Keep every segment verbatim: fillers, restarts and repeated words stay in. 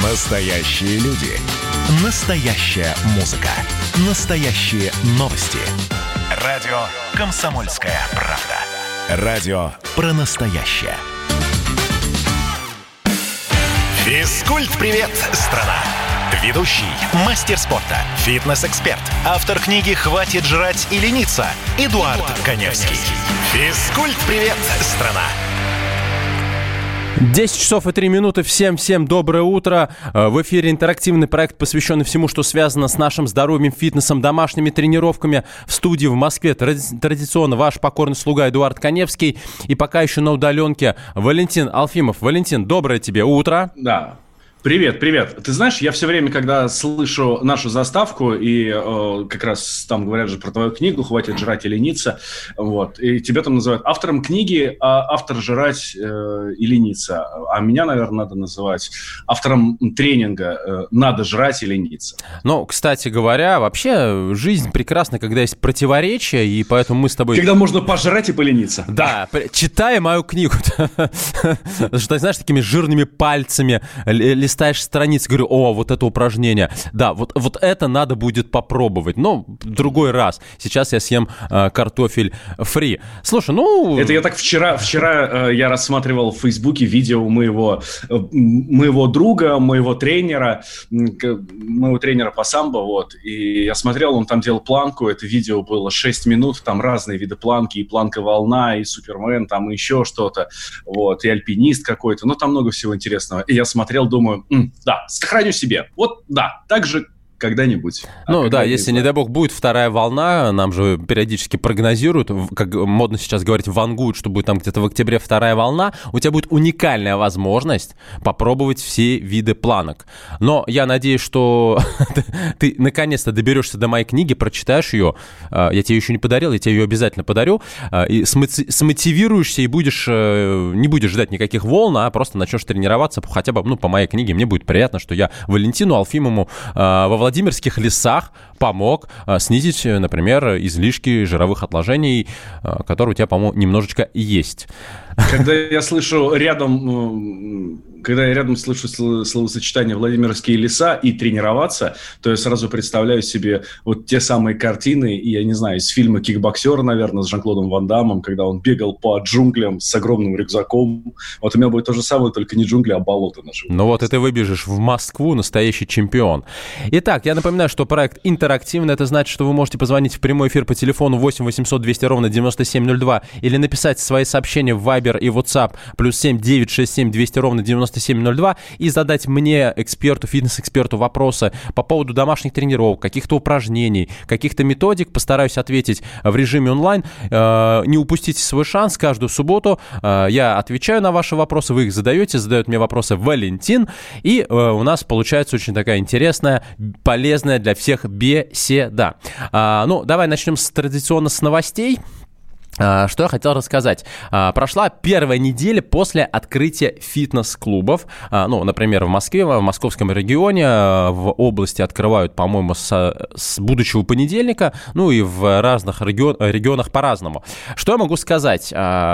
Настоящие люди. Настоящая музыка. Настоящие новости. Радио «Комсомольская правда». Радио про настоящее. Физкульт-привет, страна! Ведущий, мастер спорта, фитнес-эксперт, автор книги «Хватит жрать и лениться» Эдуард Коневский. Физкульт-привет, страна! десять часов и три минуты. Всем-всем доброе утро. В эфире интерактивный проект, посвященный всему, что связано с нашим здоровьем, фитнесом, домашними тренировками. В студии в Москве традиционно ваш покорный слуга Эдуард Коневский. И пока еще на удаленке Валентин Алфимов. Валентин, доброе тебе утро. Да. Привет, привет. Ты знаешь, я все время, когда слышу нашу заставку, и э, как раз там говорят же про твою книгу «Хватит жрать и лениться», вот, и тебя там называют автором книги, а автор «Жрать э, и лениться», а меня, наверное, надо называть автором тренинга э, «Надо жрать и лениться». Ну, кстати говоря, вообще жизнь прекрасна, когда есть противоречия, и поэтому мы с тобой... Когда можно пожрать и полениться. Да, читая мою книгу, что, знаешь, такими жирными пальцами листаешь страницы, говорю, о, вот это упражнение. Да, вот, вот это надо будет попробовать. Но в другой раз. Сейчас я съем э, картофель фри. Слушай, ну... Это я так вчера, вчера э, я рассматривал в Фейсбуке видео моего, э, моего друга, моего тренера, э, моего тренера по самбо, вот. И я смотрел, он там делал планку, это видео было шесть минут, там разные виды планки, и планка-волна, и супермен, там и еще что-то, вот, и альпинист какой-то, ну, там много всего интересного. И я смотрел, думаю, М, да, сохраню себе. Вот, да, так же когда-нибудь. Ну а да, если, не дай бог, будет вторая волна, нам же периодически прогнозируют, как модно сейчас говорить, вангуют, что будет там где-то в октябре вторая волна, у тебя будет уникальная возможность попробовать все виды планок. Но я надеюсь, что ты наконец-то доберешься до моей книги, прочитаешь ее, я тебе еще не подарил, я тебе ее обязательно подарю, и смотивируешься, и будешь, не будешь ждать никаких волн, а просто начнешь тренироваться хотя бы, ну, по моей книге. Мне будет приятно, что я Валентину Алфимову во Владимирских лесах помог а, снизить, например, излишки жировых отложений, а, которые у тебя, по-моему, немножечко есть. Когда я слышу рядом, когда я рядом слышу словосочетание «Владимирские леса» и «тренироваться», то я сразу представляю себе вот те самые картины, и я не знаю, из фильма «Кикбоксер», наверное, с Жан-Клодом Ван Даммом, когда он бегал по джунглям с огромным рюкзаком. Вот у меня будет то же самое, только не джунгли, а болото наши. Ну вот и ты выбежишь в Москву, настоящий чемпион. Итак, я напоминаю, что проект интерактивный. Это значит, что вы можете позвонить в прямой эфир по телефону восемь восемьсот двести ровно девяносто семь ноль два или написать свои сообщения в Viber и WhatsApp плюс семь девятьсот шестьдесят семь двести ровно девяносто семь ноль два и задать мне, эксперту, фитнес-эксперту, вопросы по поводу домашних тренировок, каких-то упражнений, каких-то методик. Постараюсь ответить в режиме онлайн. Не упустите свой шанс. Каждую субботу я отвечаю на ваши вопросы, вы их задаете, задает мне вопросы Валентин, и у нас получается очень такая интересная, полезная для всех беседа. Ну, давай начнем с, традиционно с новостей. Что я хотел рассказать. Прошла первая неделя после открытия фитнес-клубов. Ну, например, в Москве, в московском регионе, в области открывают, по-моему, с, с будущего понедельника, ну и в разных регион, регионах по-разному. Что я могу сказать?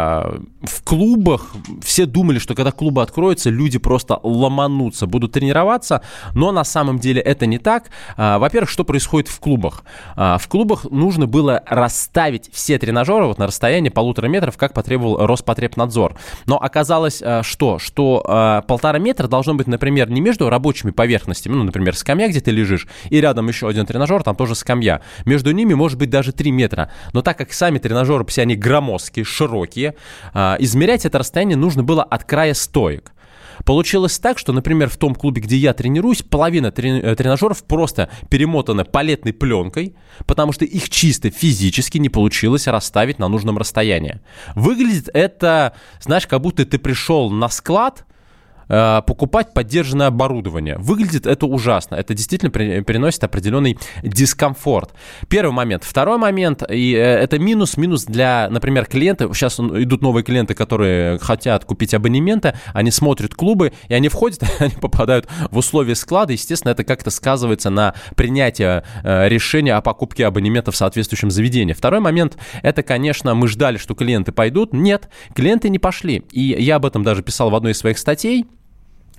В клубах все думали, что когда клубы откроются, люди просто ломанутся, будут тренироваться, но на самом деле это не так. Во-первых, что происходит в клубах? В клубах нужно было расставить все тренажеры вот на расстоянии полутора метров, как потребовал Роспотребнадзор. Но оказалось, что? Что э, полтора метра должно быть, например, не между рабочими поверхностями, ну, например, скамья, где ты лежишь, и рядом еще один тренажер, там тоже скамья. Между ними может быть даже три метра. Но так как сами тренажеры, все они громоздкие, широкие, э, измерять это расстояние нужно было от края стоек. Получилось так, что, например, в том клубе, где я тренируюсь, половина трени- тренажеров просто перемотаны палетной пленкой, потому что их чисто физически не получилось расставить на нужном расстоянии. Выглядит это, знаешь, как будто ты пришел на склад покупать поддержанное оборудование. Выглядит это ужасно. Это действительно при, приносит определенный дискомфорт. Первый момент. Второй момент, и это минус. Минус для, например, клиентов. Сейчас идут новые клиенты, которые хотят купить абонементы. Они смотрят клубы, и они входят, они попадают в условия склада. Естественно, это как-то сказывается на принятии э, решения о покупке абонемента в соответствующем заведении. Второй момент, это, конечно, мы ждали, что клиенты пойдут. Нет, клиенты не пошли. И я об этом даже писал в одной из своих статей.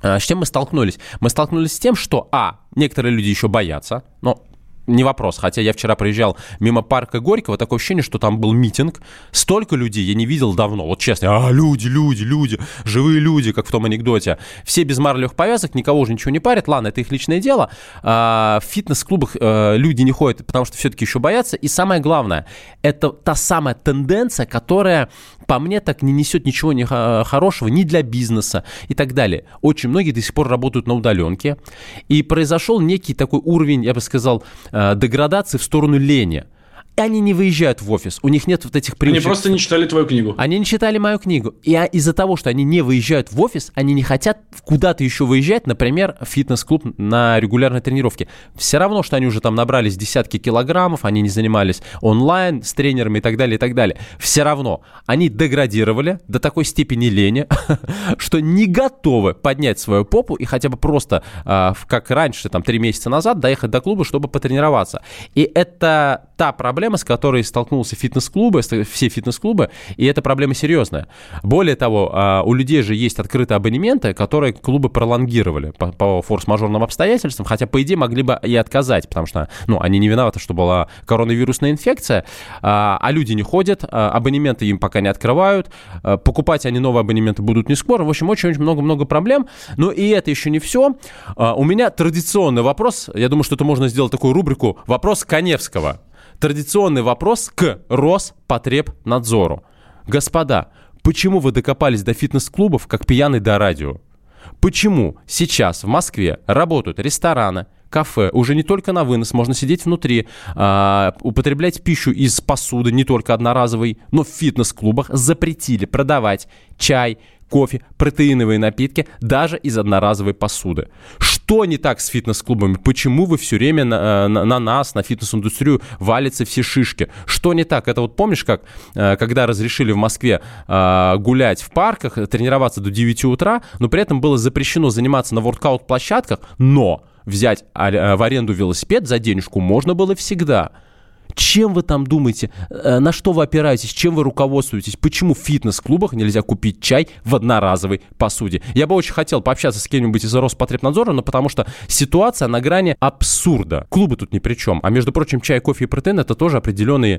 С чем мы столкнулись? Мы столкнулись с тем, что, а, некоторые люди еще боятся, но... Не вопрос, хотя я вчера проезжал мимо парка Горького, такое ощущение, что там был митинг. Столько людей я не видел давно. Вот честно, а, люди, люди, люди, живые люди, как в том анекдоте. Все без марлевых повязок, никого уже ничего не парят. Ладно, это их личное дело. А, в фитнес-клубах а, люди не ходят, потому что все-таки еще боятся. И самое главное, это та самая тенденция, которая, по мне, так не несет ничего не хорошего ни для бизнеса и так далее. Очень многие до сих пор работают на удаленке. И произошел некий такой уровень, я бы сказал, деградации в сторону лени. И они не выезжают в офис, у них нет вот этих привычек. Они просто не читали твою книгу. Они не читали мою книгу. И из-за того, что они не выезжают в офис, они не хотят куда-то еще выезжать, например, в фитнес-клуб на регулярной тренировке. Все равно, что они уже там набрались десятки килограммов, они не занимались онлайн с тренерами и так далее, и так далее. Все равно они деградировали до такой степени лени, что не готовы поднять свою попу и хотя бы просто, как раньше, там, три месяца назад, доехать до клуба, чтобы потренироваться. И это та проблема, с которой столкнулся фитнес-клубы, все фитнес-клубы, и эта проблема серьезная. Более того, у людей же есть открытые абонементы, которые клубы пролонгировали по, по форс-мажорным обстоятельствам, хотя, по идее, могли бы и отказать, потому что, ну, они не виноваты, что была коронавирусная инфекция, а люди не ходят, абонементы им пока не открывают, покупать они новые абонементы будут не скоро. В общем, очень-очень много-много проблем. Но и это еще не все. У меня традиционный вопрос, я думаю, что это можно сделать такую рубрику «Вопрос Каневского». Традиционный вопрос к Роспотребнадзору. Господа, почему вы докопались до фитнес-клубов, как пьяный до радио? Почему сейчас в Москве работают рестораны, кафе, уже не только на вынос, можно сидеть внутри, э, употреблять пищу из посуды, не только одноразовой, но в фитнес-клубах запретили продавать чай, кофе, протеиновые напитки даже из одноразовой посуды. Что не так с фитнес-клубами? Почему вы все время на, на, на нас, на фитнес-индустрию валятся все шишки? Что не так? Это вот помнишь, как когда разрешили в Москве гулять в парках, тренироваться до девяти утра, но при этом было запрещено заниматься на воркаут-площадках, но взять в аренду велосипед за денежку можно было всегда. Чем вы там думаете? На что вы опираетесь? Чем вы руководствуетесь? Почему в фитнес-клубах нельзя купить чай в одноразовой посуде? Я бы очень хотел пообщаться с кем-нибудь из Роспотребнадзора, но потому что ситуация на грани абсурда. Клубы тут ни при чем. А между прочим, чай, кофе и протеин — это тоже определенный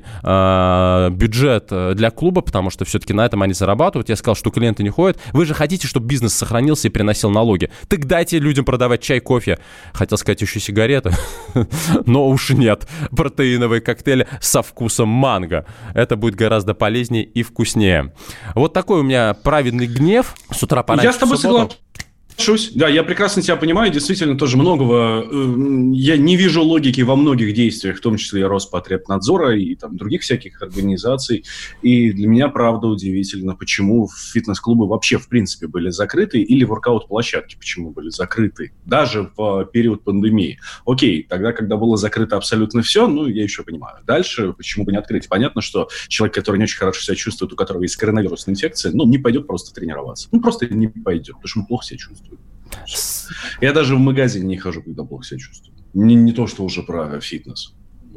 э, бюджет для клуба, потому что все-таки на этом они зарабатывают. Я сказал, что клиенты не ходят. Вы же хотите, чтобы бизнес сохранился и приносил налоги. Так дайте людям продавать чай, кофе. Хотел сказать еще сигареты, но уж нет. Протеиновые коктейли со вкусом манго. Это будет гораздо полезнее и вкуснее. Вот такой у меня праведный гнев. С утра пораньше. Я с тобой согласен. Да, я прекрасно тебя понимаю, действительно тоже многого, я не вижу логики во многих действиях, в том числе и Роспотребнадзора, и там других всяких организаций, и для меня, правда, удивительно, почему фитнес-клубы вообще, в принципе, были закрыты, или воркаут-площадки почему были закрыты, даже в период пандемии. Окей, тогда, когда было закрыто абсолютно все, ну, я еще понимаю. Дальше, почему бы не открыть? Понятно, что человек, который не очень хорошо себя чувствует, у которого есть коронавирусная инфекция, ну, не пойдет просто тренироваться. Ну, просто не пойдет, потому что он плохо себя чувствует. Я даже в магазин не хожу, когда плохо себя чувствую. Не, не то, что уже про фитнес.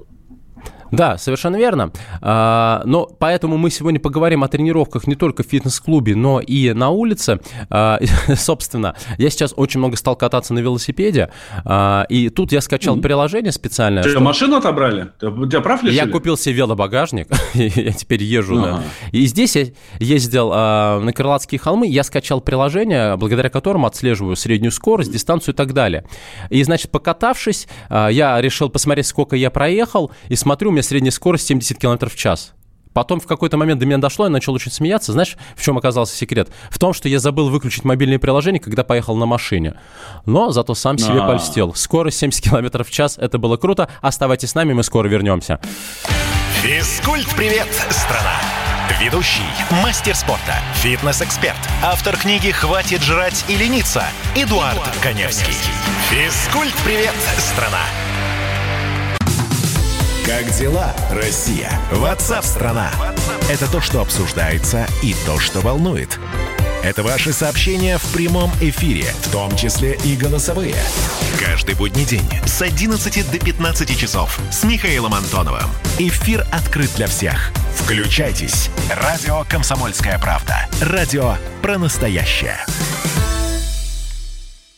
Да, совершенно верно. А, но поэтому мы сегодня поговорим о тренировках не только в фитнес-клубе, но и на улице. А, собственно, я сейчас очень много стал кататься на велосипеде, а, и тут я скачал mm-hmm. приложение специальное. Ты что... машину отобрали? Ты, у тебя прав лишили? Я купил себе велобагажник, я теперь езжу. Uh-huh. Да. И здесь я ездил а, на Крылатские холмы, я скачал приложение, благодаря которому отслеживаю среднюю скорость, дистанцию и так далее. И, значит, покатавшись, а, я решил посмотреть, сколько я проехал, и смотрю, у меня средняя скорость семьдесят километров в час. Потом в какой-то момент до меня дошло, я начал очень смеяться. Знаешь, в чем оказался секрет? В том, что я забыл выключить мобильное приложение, когда поехал на машине. Но зато сам себе А-а-а. польстил. Скорость семьдесят километров в час, это было круто. Оставайтесь с нами, мы скоро вернемся. Физкульт-привет, страна! Ведущий, мастер спорта, фитнес-эксперт, автор книги «Хватит жрать и лениться» Эдуард, Эдуард Каневский. Физкульт-привет, страна! Как дела, Россия? Ватсап-страна! Это то, что обсуждается и то, что волнует. Это ваши сообщения в прямом эфире, в том числе и голосовые. Каждый будний день с одиннадцати до пятнадцати часов с Михаилом Антоновым. Эфир открыт для всех. Включайтесь. Радио «Комсомольская правда». Радио про настоящее.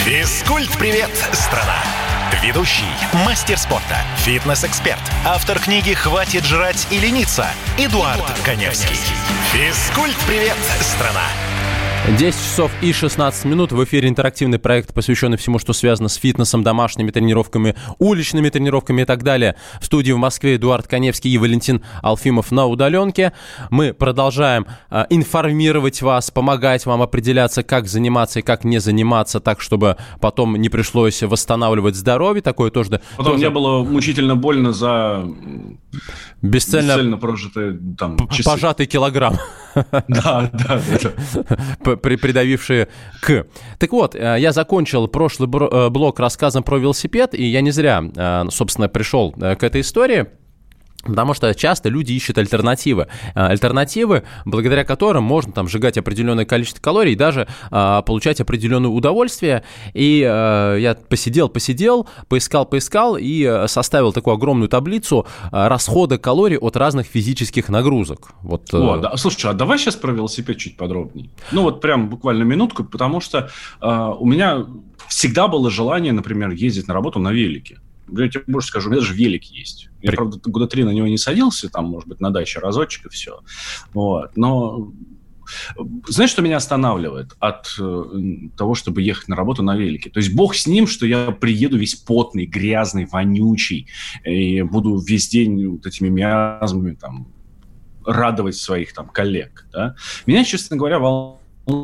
Физкульт-привет, страна! Ведущий, мастер спорта, фитнес-эксперт, автор книги «Хватит жрать и лениться» Эдуард, Эдуард Коневский. Физкульт-привет, страна! десять часов и шестнадцать минут. В эфире интерактивный проект, посвященный всему, что связано с фитнесом, домашними тренировками, уличными тренировками и так далее. В студии в Москве Эдуард Коневский и Валентин Алфимов на удаленке. Мы продолжаем э, информировать вас, помогать вам определяться, как заниматься и как не заниматься, так, чтобы потом не пришлось восстанавливать здоровье. Такое тоже... Потом тоже... не было мучительно больно за бесцельно, бесцельно прожитые там, часы. Пожатый килограмм. Да, да, да. Придавившие к. Так вот, я закончил прошлый блок рассказом про велосипед, и я не зря, собственно, пришел к этой истории. Потому что часто люди ищут альтернативы. Альтернативы, благодаря которым можно там сжигать определенное количество калорий и даже а, получать определенное удовольствие. И а, я посидел, посидел, поискал, поискал и составил такую огромную таблицу а, расхода калорий от разных физических нагрузок. Вот, О, да. Слушай, а давай сейчас про велосипед чуть подробнее. Ну вот прям буквально минутку, потому что а, у меня всегда было желание, например, ездить на работу на велике. Я тебе больше скажу, у меня даже велик есть. Я, правда, года три на него не садился, там, может быть, на даче разочек и все. Вот. Но знаешь, что меня останавливает от э, того, чтобы ехать на работу на велике? То есть бог с ним, что я приеду весь потный, грязный, вонючий, и буду весь день вот этими миазмами там радовать своих там коллег. Да? Меня, честно говоря, волнует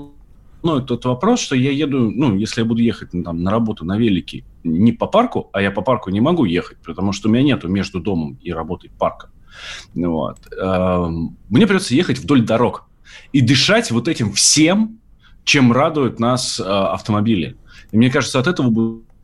тот вопрос, что я еду, ну, если я буду ехать там, на работу на велике не по парку, а я по парку не могу ехать, потому что у меня нету между домом и работой парка. Вот. Мне придется ехать вдоль дорог и дышать вот этим всем, чем радуют нас автомобили. И мне кажется, от этого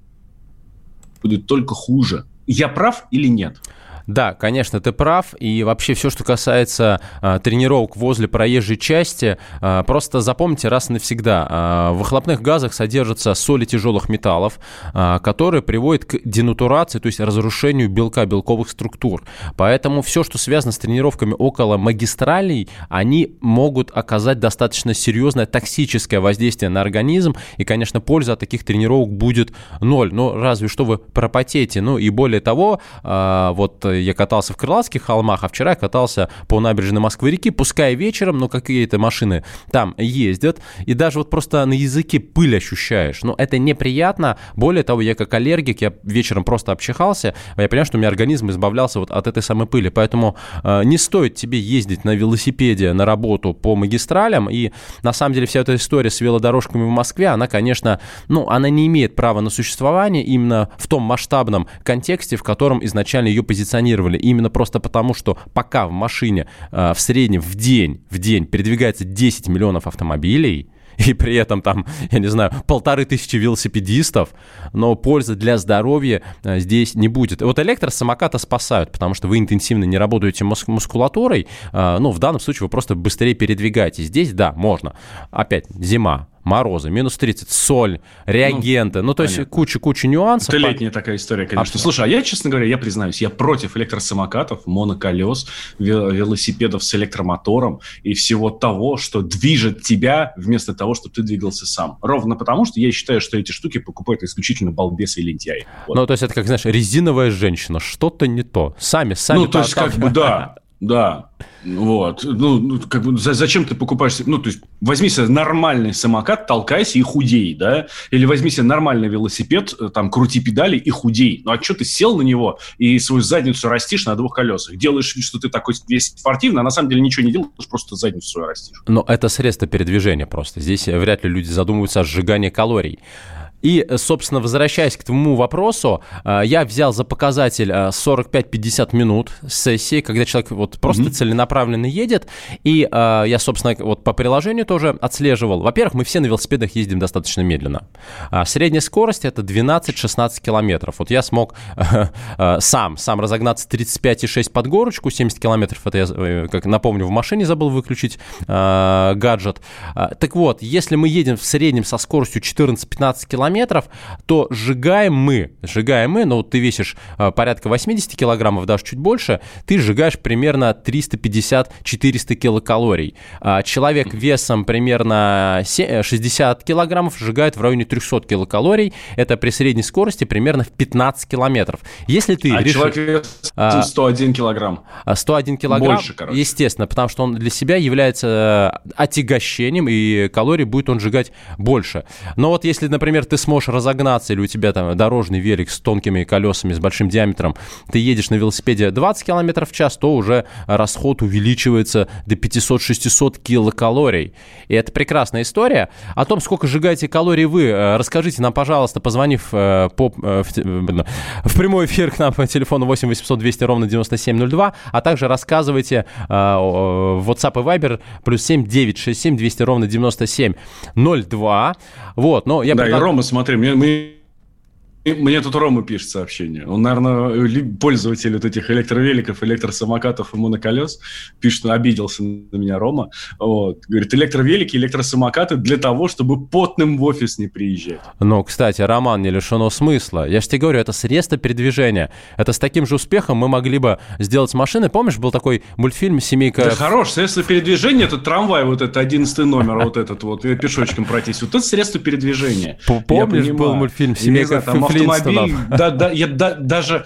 будет только хуже. Я прав или нет? Да, конечно, ты прав. И вообще все, что касается а, тренировок возле проезжей части, а, просто запомните раз и навсегда. А, в выхлопных газах содержатся соли тяжелых металлов, а, которые приводят к денатурации, то есть разрушению белка, белковых структур. Поэтому все, что связано с тренировками около магистралей, они могут оказать достаточно серьезное токсическое воздействие на организм. И, конечно, польза от таких тренировок будет ноль. Но разве что вы пропотеете. Ну и более того, а, вот... Я катался в Крылатских холмах, а вчера я катался по набережной Москвы-реки, пускай вечером, но какие-то машины там ездят, и даже вот просто на языке пыль ощущаешь. Но это неприятно. Более того, я как аллергик, я вечером просто обчихался, а я понимаю, что у меня организм избавлялся вот от этой самой пыли. Поэтому э, не стоит тебе ездить на велосипеде на работу по магистралям. И на самом деле вся эта история с велодорожками в Москве, она, конечно, ну, она не имеет права на существование именно в том масштабном контексте, в котором изначально ее позиционировали. Именно просто потому, что пока в машине э, в среднем в день, в день передвигается десять миллионов автомобилей, и при этом там, я не знаю, полторы тысячи велосипедистов, но пользы для здоровья э, здесь не будет. И вот электросамокаты спасают, потому что вы интенсивно не работаете мус- мускулатурой, э, ну, в данном случае вы просто быстрее передвигаетесь. Здесь, да, можно. Опять, зима. Морозы, минус тридцать, соль, реагенты, ну, ну то есть куча-куча нюансов. Это летняя такая история, конечно. А, Слушай, а я, честно говоря, я признаюсь, я против электросамокатов, моноколес, велосипедов с электромотором и всего того, что движет тебя вместо того, чтобы ты двигался сам. Ровно потому, что я считаю, что эти штуки покупают исключительно балбесы и лентяи. Вот. Ну, то есть это, как, знаешь, резиновая женщина, что-то не то. Сами, сами. Ну, то есть, как бы, да. Да, вот. Ну, как бы, зачем ты покупаешь... Ну, то есть, возьми себе нормальный самокат, толкайся и худей, да? Или возьми себе нормальный велосипед, там, крути педали и худей. Ну, а что ты сел на него и свою задницу растишь на двух колесах? Делаешь вид, что ты такой весь спортивный, а на самом деле ничего не делаешь, просто задницу свою растишь. Но это средство передвижения просто. Здесь вряд ли люди задумываются о сжигании калорий. И, собственно, возвращаясь к твоему вопросу, я взял за показатель сорок пять пятьдесят минут сессии, когда человек вот просто mm-hmm. целенаправленно едет. И я, собственно, вот по приложению тоже отслеживал. Во-первых, мы все на велосипедах ездим достаточно медленно. Средняя скорость – это двенадцать-шестнадцать километров. Вот я смог сам, сам разогнаться тридцать пять и шесть под горочку, семьдесят километров. Это я, как напомню, в машине забыл выключить гаджет. Так вот, если мы едем в среднем со скоростью четырнадцать-пятнадцать километров, километров, то сжигаем мы, сжигаем мы, ну, вот ты весишь э, порядка восемьдесят килограммов, даже чуть больше, ты сжигаешь примерно триста пятьдесят - четыреста килокалорий. А человек весом примерно шестьдесят килограммов сжигает в районе триста килокалорий. Это при средней скорости примерно в пятнадцать километров. Если ты а решишь... человек весит сто один килограмм. сто один килограмм, больше, короче. Естественно, потому что он для себя является отягощением, и калорий будет он сжигать больше. Но вот если, например, ты сможешь разогнаться, или у тебя там дорожный велик с тонкими колесами, с большим диаметром, ты едешь на велосипеде двадцать километров в час, то уже расход увеличивается до пятьсот-шестьсот килокалорий. И это прекрасная история. О том, сколько сжигаете калорий вы, расскажите нам, пожалуйста, позвонив по, в, в прямой эфир к нам по телефону восемь восемьсот двести ровно девяносто семь ноль два, а также рассказывайте в WhatsApp и Viber плюс семь девятьсот шестьдесят семь двести ровно девяносто семь ноль два. Вот, но я да, предлаг... и Рома, смотри, мне, мне, мне тут Рома пишет сообщение. Он, наверное, пользователь вот этих электровеликов, электросамокатов и моноколес. Пишет, обиделся на меня Рома. Вот. Говорит, электровелики, электросамокаты для того, чтобы потным в офис не приезжать. Ну, кстати, роман не лишено смысла. Я же тебе говорю, это средство передвижения. Это с таким же успехом мы могли бы сделать с машины. Помнишь, был такой мультфильм «Семейка»? Да хорош, средство передвижения, это трамвай, вот это одиннадцатый номер, вот этот вот, пешочком пройтись. Вот это средство передвижения. Помнишь, был мультфильм «Семейка» автомобиль, да, да, я да, даже,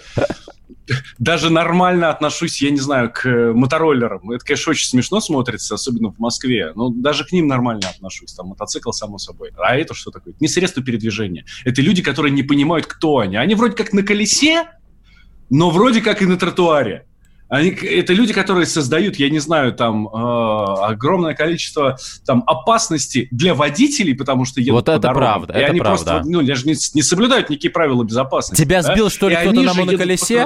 даже нормально отношусь, я не знаю, к мотороллерам. Это, конечно, очень смешно смотрится, особенно в Москве, но даже к ним нормально отношусь. Там мотоцикл, само собой. А это что такое? Это не средство передвижения. Это люди, которые не понимают, кто они. Они вроде как на колесе, но вроде как и на тротуаре. Они, это люди, которые создают, я не знаю, там э, огромное количество там опасностей для водителей, потому что едут вот по это дорогам. правда, и это они правда. просто, ну, даже не, не соблюдают никакие правила безопасности. Тебя да? сбил, что ли, и кто-то на моноколесе?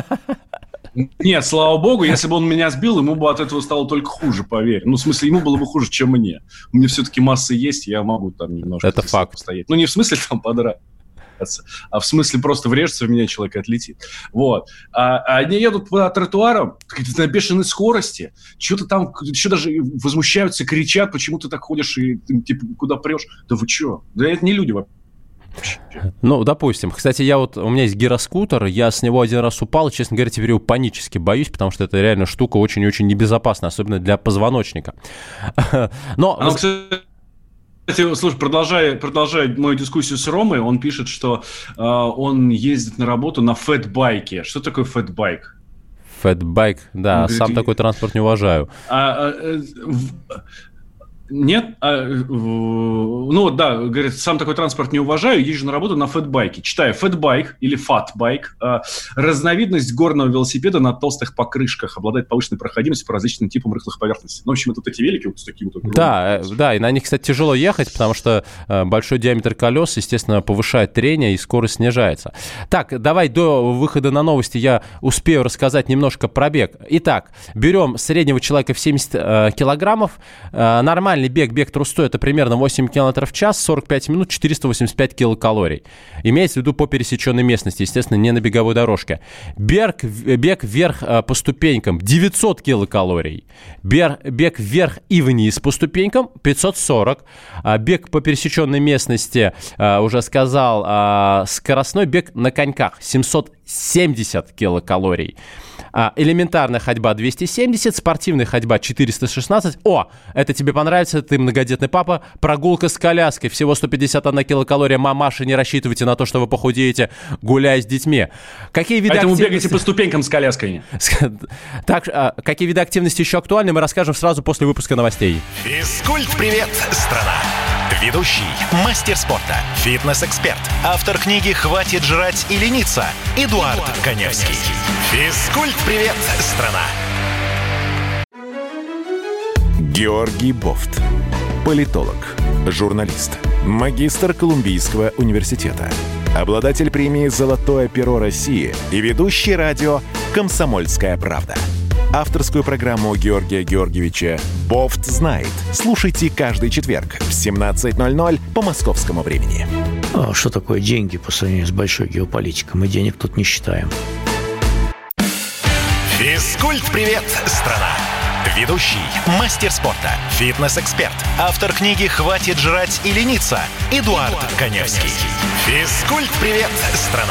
Нет, слава богу, если бы он меня сбил, ему бы от этого стало только хуже, поверь. Ну, в смысле, ему было бы хуже, чем мне. У меня все-таки масса есть, я могу там немножко это факт. Постоять. Ну, не в смысле там подрать, а в смысле просто врежется в меня человек и отлетит. Вот. А, а они едут по тротуарам на бешеной скорости, что-то там, еще даже возмущаются, кричат, почему ты так ходишь и ты, типа, куда прешь. Да вы что? Да это не люди вообще. Ну, допустим. Кстати, я вот, у меня есть гироскутер, я с него один раз упал, и, честно говоря, теперь его панически боюсь, потому что это реально штука очень-очень небезопасная, особенно для позвоночника. Но... А, кстати, Кстати, слушай, продолжая, продолжая мою дискуссию с Ромой, он пишет, что э, он ездит на работу на фэтбайке. Что такое фэтбайк? Фэтбайк, да, он, сам говорит, такой транспорт не уважаю. А, а, в... Нет, а, ну да, говорит, сам такой транспорт не уважаю, езжу на работу на фэтбайке. Читаю, фэтбайк или фатбайк, а, разновидность горного велосипеда на толстых покрышках, обладает повышенной проходимостью по различным типам рыхлых поверхностей. Ну, в общем, это вот эти велики вот с таким вот... Да, да, и на них, кстати, тяжело ехать, потому что э, большой диаметр колес, естественно, повышает трение и скорость снижается. Так, давай до выхода на новости я успею рассказать немножко про бег. Итак, берем среднего человека в семьдесят э, килограммов, э, нормально бег, бег трустой, это примерно восемь километров в час, сорок пять минут, четыреста восемьдесят пять килокалорий. Имеется в виду по пересеченной местности, естественно, не на беговой дорожке. Бег, бег вверх по ступенькам девятьсот килокалорий. Бег, бег вверх и вниз по ступенькам пятьсот сорок. Бег по пересеченной местности, уже сказал, скоростной бег на коньках семьсот семьдесят килокалорий. Элементарная ходьба двести семьдесят, спортивная ходьба четыреста шестнадцать. О, это тебе понравится, ты многодетный папа. Прогулка с коляской, всего сто пятьдесят одна килокалория. Мамаши, не рассчитывайте на то, что вы похудеете, гуляя с детьми. Какие виды Поэтому активности... бегайте по ступенькам с коляской. Так, какие виды активности еще актуальны, мы расскажем сразу после выпуска новостей. Физкульт-привет, страна! Ведущий, мастер спорта, фитнес-эксперт, автор книги «Хватит жрать и лениться» Эдуард, Эдуард Коневский. Физкульт-привет, страна! Георгий Бофт. Политолог, журналист, магистр Колумбийского университета, обладатель премии «Золотое перо России» и ведущий радио «Комсомольская правда». Авторскую программу Георгия Георгиевича «Бофт знает». Слушайте каждый четверг в семнадцать ноль ноль по московскому времени. А что такое деньги по сравнению с большой геополитикой? Мы денег тут не считаем. Физкульт-привет, страна! Ведущий, мастер спорта, фитнес-эксперт, автор книги «Хватит жрать и лениться» Эдуард, Эдуард Коневский. Физкульт-привет, страна!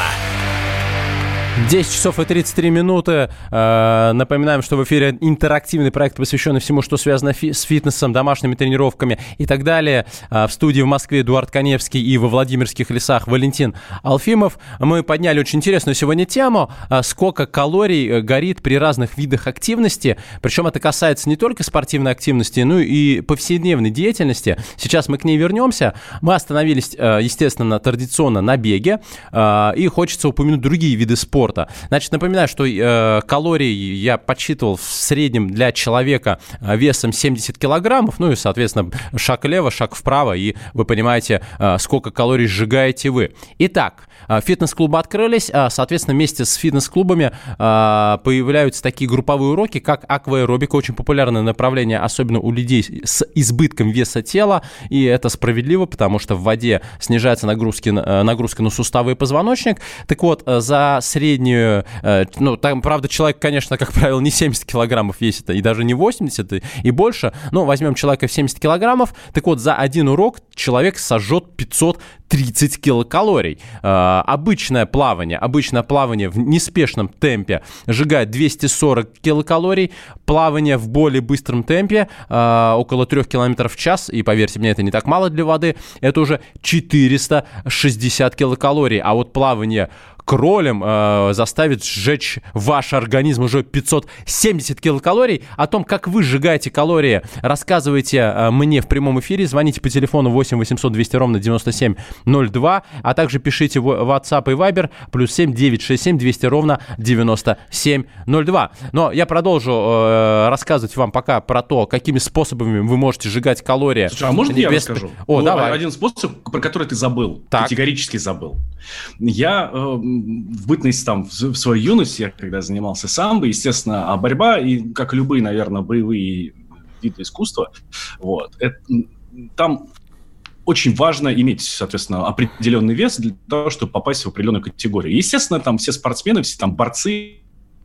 десять часов и тридцать три минуты. Э, напоминаем, что в эфире интерактивный проект, посвященный всему, что связано фи- с фитнесом, домашними тренировками и так далее. Э, в студии в Москве Эдуард Коневский и во Владимирских лесах Валентин Алфимов. Мы подняли очень интересную сегодня тему. Э, сколько калорий горит при разных видах активности. Причем это касается не только спортивной активности, но и повседневной деятельности. Сейчас мы к ней вернемся. Мы остановились, э, естественно, традиционно на беге. Э, и хочется упомянуть другие виды спорта. Значит, напоминаю, что э, калорий я подсчитывал в среднем для человека весом семьдесят килограммов, ну и, соответственно, шаг влево, шаг вправо, и вы понимаете, э, сколько калорий сжигаете вы. Итак, э, фитнес-клубы открылись, э, соответственно, вместе с фитнес-клубами э, появляются такие групповые уроки, как акваэробика, очень популярное направление, особенно у людей с избытком веса тела, и это справедливо, потому что в воде снижается нагрузки, э, нагрузка на суставы и позвоночник. Так вот, э, за средний ну, там, правда, человек, конечно, как правило, не семьдесят килограммов весит, и даже не восемьдесят, и, и больше, но возьмем человека в семьдесят килограммов, так вот, за один урок человек сожжет пятьсот тридцать килокалорий. Э, обычное плавание, обычное плавание в неспешном темпе сжигает двести сорок килокалорий, плавание в более быстром темпе, э, около трех километров в час, и, поверьте мне, это не так мало для воды, это уже четыреста шестьдесят килокалорий, а вот плавание кролем э, заставит сжечь ваш организм уже пятьсот семьдесят килокалорий. О том, как вы сжигаете калории, рассказывайте э, мне в прямом эфире. Звоните по телефону восемь восемьсот двести ровно девяносто семь ноль два, а также пишите в WhatsApp и Viber плюс семь девятьсот шестьдесят семь двести ровно девяносто семь ноль два. Но я продолжу э, рассказывать вам пока про то, какими способами вы можете сжигать калории. Слушай, а можно без... я расскажу? О, ну, давай. Один способ, про который ты забыл, так. категорически забыл. Я э, в бытность там, в, в свою юность, я когда занимался самбо, естественно, а борьба, и как любые, наверное, боевые виды искусства, вот, это, там очень важно иметь, соответственно, определенный вес для того, чтобы попасть в определенную категорию. Естественно, там все спортсмены, все там борцы,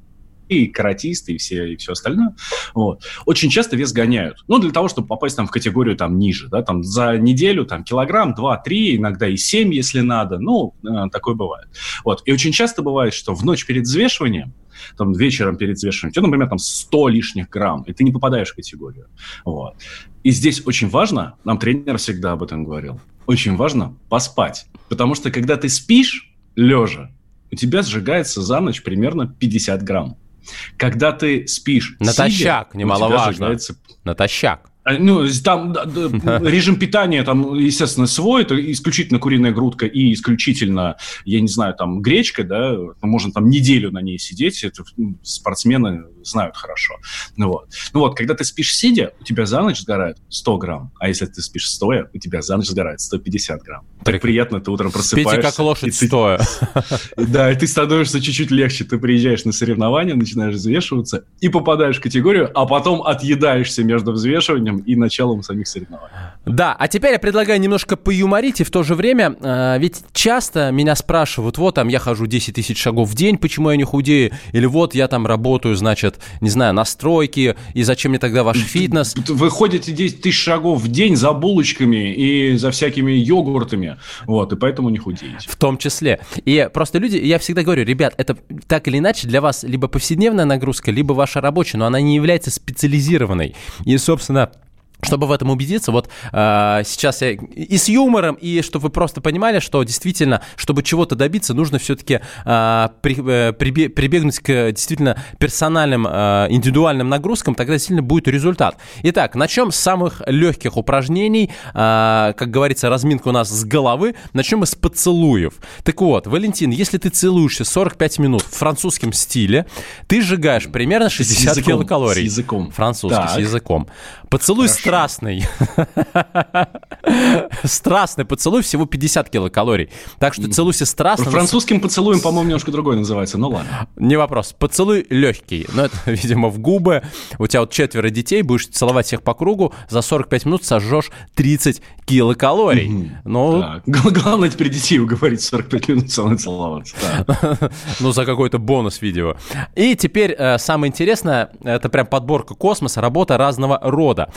и каратисты, и все, и все остальное. Вот. Очень часто вес гоняют. Ну, для того, чтобы попасть там в категорию там ниже. Да, там, за неделю там, килограмм, два, три, иногда и семь, если надо. Ну, э, такое бывает. Вот. И очень часто бывает, что в ночь перед взвешиванием, там, вечером перед взвешиванием, у тебя, например, там сто лишних грамм, и ты не попадаешь в категорию. Вот. И здесь очень важно, нам тренер всегда об этом говорил, очень важно поспать. Потому что, когда ты спишь лежа, у тебя сжигается за ночь примерно пятьдесят грамм. Когда ты спишь натощак, сидя, немаловажно. Сжигается... Натощак. Ну, там да, да, режим питания, там, естественно, свой, это исключительно куриная грудка и исключительно, я не знаю, там, гречка, да, можно там неделю на ней сидеть, это спортсмены знают хорошо. Ну вот. ну вот, когда ты спишь сидя, у тебя за ночь сгорает сто грамм, а если ты спишь стоя, у тебя за ночь сгорает сто пятьдесят грамм. Так Прик... приятно, ты утром просыпаешься. Спите как лошадь ты... стоя. Да, и ты становишься чуть-чуть легче, ты приезжаешь на соревнования, начинаешь взвешиваться и попадаешь в категорию, а потом отъедаешься между взвешиванием и началом самих соревнований. Да, а теперь я предлагаю немножко поюморить, и в то же время, э, ведь часто меня спрашивают, вот там я хожу десять тысяч шагов в день, почему я не худею, или вот я там работаю, значит, не знаю, на стройке, и зачем мне тогда ваш фитнес? Вы ходите десять тысяч шагов в день за булочками и за всякими йогуртами, вот, и поэтому не худеете. В том числе. И просто люди, я всегда говорю, ребят, это так или иначе для вас либо повседневная нагрузка, либо ваша рабочая, но она не является специализированной. И, собственно, чтобы в этом убедиться, вот э, сейчас я и с юмором, и чтобы вы просто понимали, что действительно, чтобы чего-то добиться, нужно все-таки э, при, э, прибе, прибегнуть к действительно персональным, э, индивидуальным нагрузкам, тогда действительно будет результат. Итак, начнем с самых легких упражнений, э, как говорится, разминка у нас с головы, начнем мы с поцелуев. Так вот, Валентин, если ты целуешься сорок пять минут в французском стиле, ты сжигаешь примерно шестьдесят килокалорий. С языком. Французский, так. С языком. Поцелуй Хорошо. Страстный. Страстный поцелуй, всего пятьдесят килокалорий. Так что целуйся страстно. Французским поцелуем, по-моему, немножко другой называется, ну ладно. Не вопрос. Поцелуй легкий. Но это, видимо, в губы. У тебя вот четверо детей, будешь целовать всех по кругу, за сорок пять минут сожжешь тридцать килокалорий. Mm-hmm. Ну... Так. Главное теперь детей уговорить сорок пять минут со мной целоваться. Ну, за какой-то бонус видео. И теперь самое интересное, это прям подборка космоса, работа разного рода. Итак,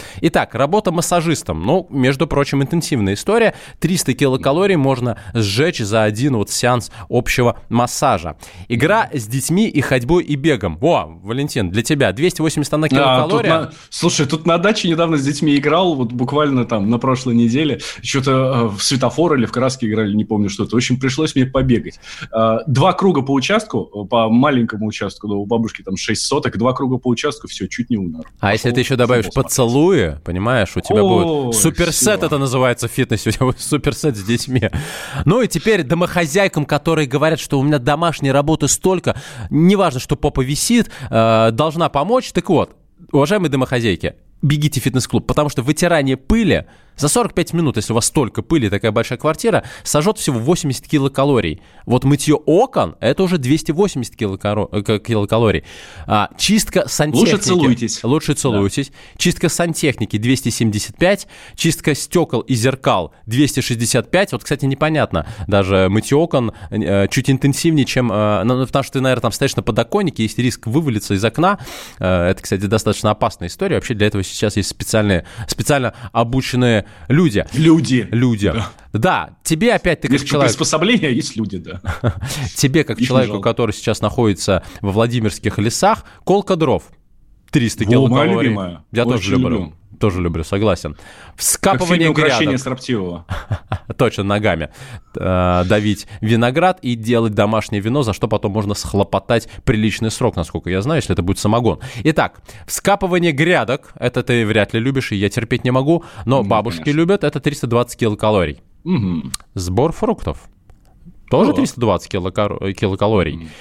Итак, работа массажистом. Ну, между прочим, интенсивная история. триста килокалорий можно сжечь за один вот сеанс общего массажа. Игра с детьми и ходьбой и бегом. О, Валентин, для тебя двести восемьдесят одна килокалория. А, тут на... Слушай, тут на даче недавно с детьми играл, вот буквально там на прошлой неделе. Что-то в светофор или в краски играли, не помню что-то. В общем, пришлось мне побегать. Два круга по участку, по маленькому участку, да, у бабушки там шесть соток, два круга по участку, все, чуть не умер. А если ты еще добавишь поцелуи, понимаешь, у тебя О, будет суперсет, все. Это называется в фитнесе, у тебя будет суперсет с детьми. Ну и теперь домохозяйкам, которые говорят, что у меня домашней работы столько, неважно, что попа висит, э, должна помочь. Так вот, уважаемые домохозяйки, бегите в фитнес-клуб, потому что вытирание пыли за сорок пять минут, если у вас столько пыли, такая большая квартира, сожжет всего восемьдесят килокалорий. Вот мытье окон – это уже двести восемьдесят килокалорий. А, чистка сантехники. Лучше целуйтесь. Лучше целуйтесь. Да. Чистка сантехники – двести семьдесят пять. Чистка стекол и зеркал – двести шестьдесят пять. Вот, кстати, непонятно. Даже мытье окон э, чуть интенсивнее, чем… Э, ну, потому что ты, наверное, там стоишь на подоконнике, есть риск вывалиться из окна. Э, это, кстати, достаточно опасная история. Вообще для этого сейчас есть специальные, специально обученные люди. Люди. Люди. Да. Да, тебе опять-таки есть как человек... приспособления, есть люди, да. Тебе, как человеку, который сейчас находится во Владимирских лесах, колка дров. триста килокалорий. Моя любимая. Я тоже люблю. люблю. Тоже люблю, согласен. Вскапывание как грядок. Укрощение строптивого. Точно, ногами. Э, давить виноград и делать домашнее вино, за что потом можно схлопотать приличный срок, насколько я знаю, если это будет самогон. Итак, вскапывание грядок. Это ты вряд ли любишь, и я терпеть не могу. Но ну, бабушки конечно. любят. Это триста двадцать килокалорий. Угу. Сбор фруктов. Тоже О. триста двадцать килокалорий. Угу.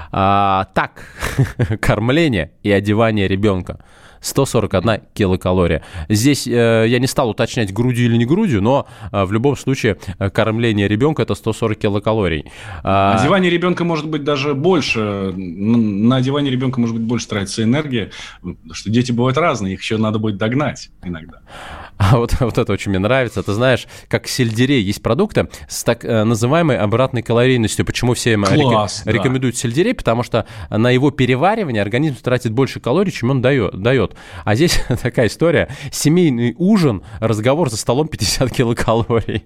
А, так, кормление и одевание ребенка. сто сорок одна килокалория. Здесь э, я не стал уточнять, грудью или не грудью, но э, в любом случае э, кормление ребенка – это сто сорок килокалорий. А... Одевание ребенка может быть даже больше. На одевание ребенка может быть больше тратится энергия, потому что дети бывают разные, их еще надо будет догнать иногда. А вот, вот это очень мне нравится. Ты знаешь, как сельдерей есть продукты с так называемой обратной калорийностью. Почему все им Класс, реком... да. рекомендуют сельдерей? Потому что на его переваривание организм тратит больше калорий, чем он дает. дает. А здесь такая история. Семейный ужин, разговор за столом пятьдесят килокалорий.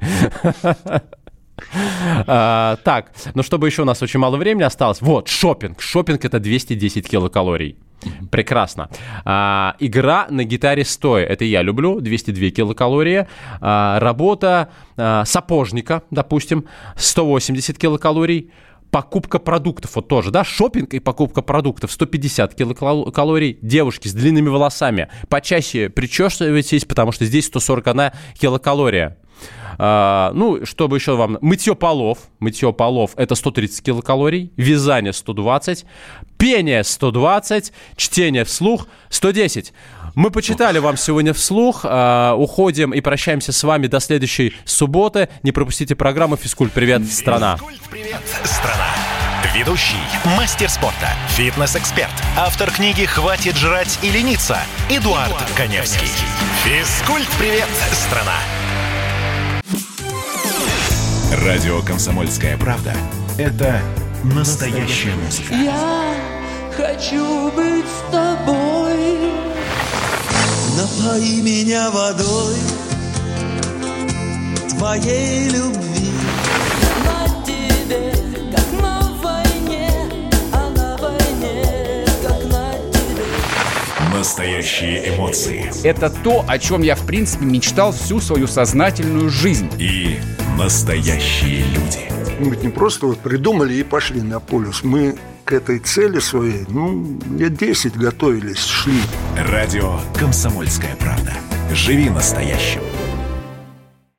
А, так, ну чтобы еще у нас очень мало времени осталось. Вот, шопинг. Шопинг – это двести десять килокалорий. Прекрасно. А, игра на гитаре стоя. Это я люблю. двести две килокалории. А, работа а, сапожника, допустим, сто восемьдесят килокалорий. Покупка продуктов, вот тоже, да, шопинг и покупка продуктов, сто пятьдесят килокалорий. Девушки с длинными волосами, почаще причесывайтесь, потому что здесь сто сорок одна килокалория. А, ну, чтобы еще вам... Мытье полов. Мытье полов – это сто тридцать килокалорий. Вязание – сто двадцать. Пение – сто двадцать. Чтение вслух – сто десять. Мы почитали вам сегодня вслух. А, уходим и прощаемся с вами до следующей субботы. Не пропустите программу «Физкульт. Привет, страна». Привет, страна. Ведущий, мастер спорта, фитнес-эксперт, автор книги «Хватит жрать и лениться» Эдуард, Эдуард Коневский. Физкульт. Привет, страна. Радио «Комсомольская правда» — это настоящая музыка. Я хочу быть с тобой. Напои меня водой твоей любви. На тебе, как на войне, а на войне, как на тебе. Настоящие эмоции. Это то, о чем я, в принципе, мечтал всю свою сознательную жизнь. И настоящие люди. Мы ведь не просто вот придумали и пошли на полюс. Мы к этой цели своей, ну, лет десять готовились, шли. Радио «Комсомольская правда». Живи настоящим.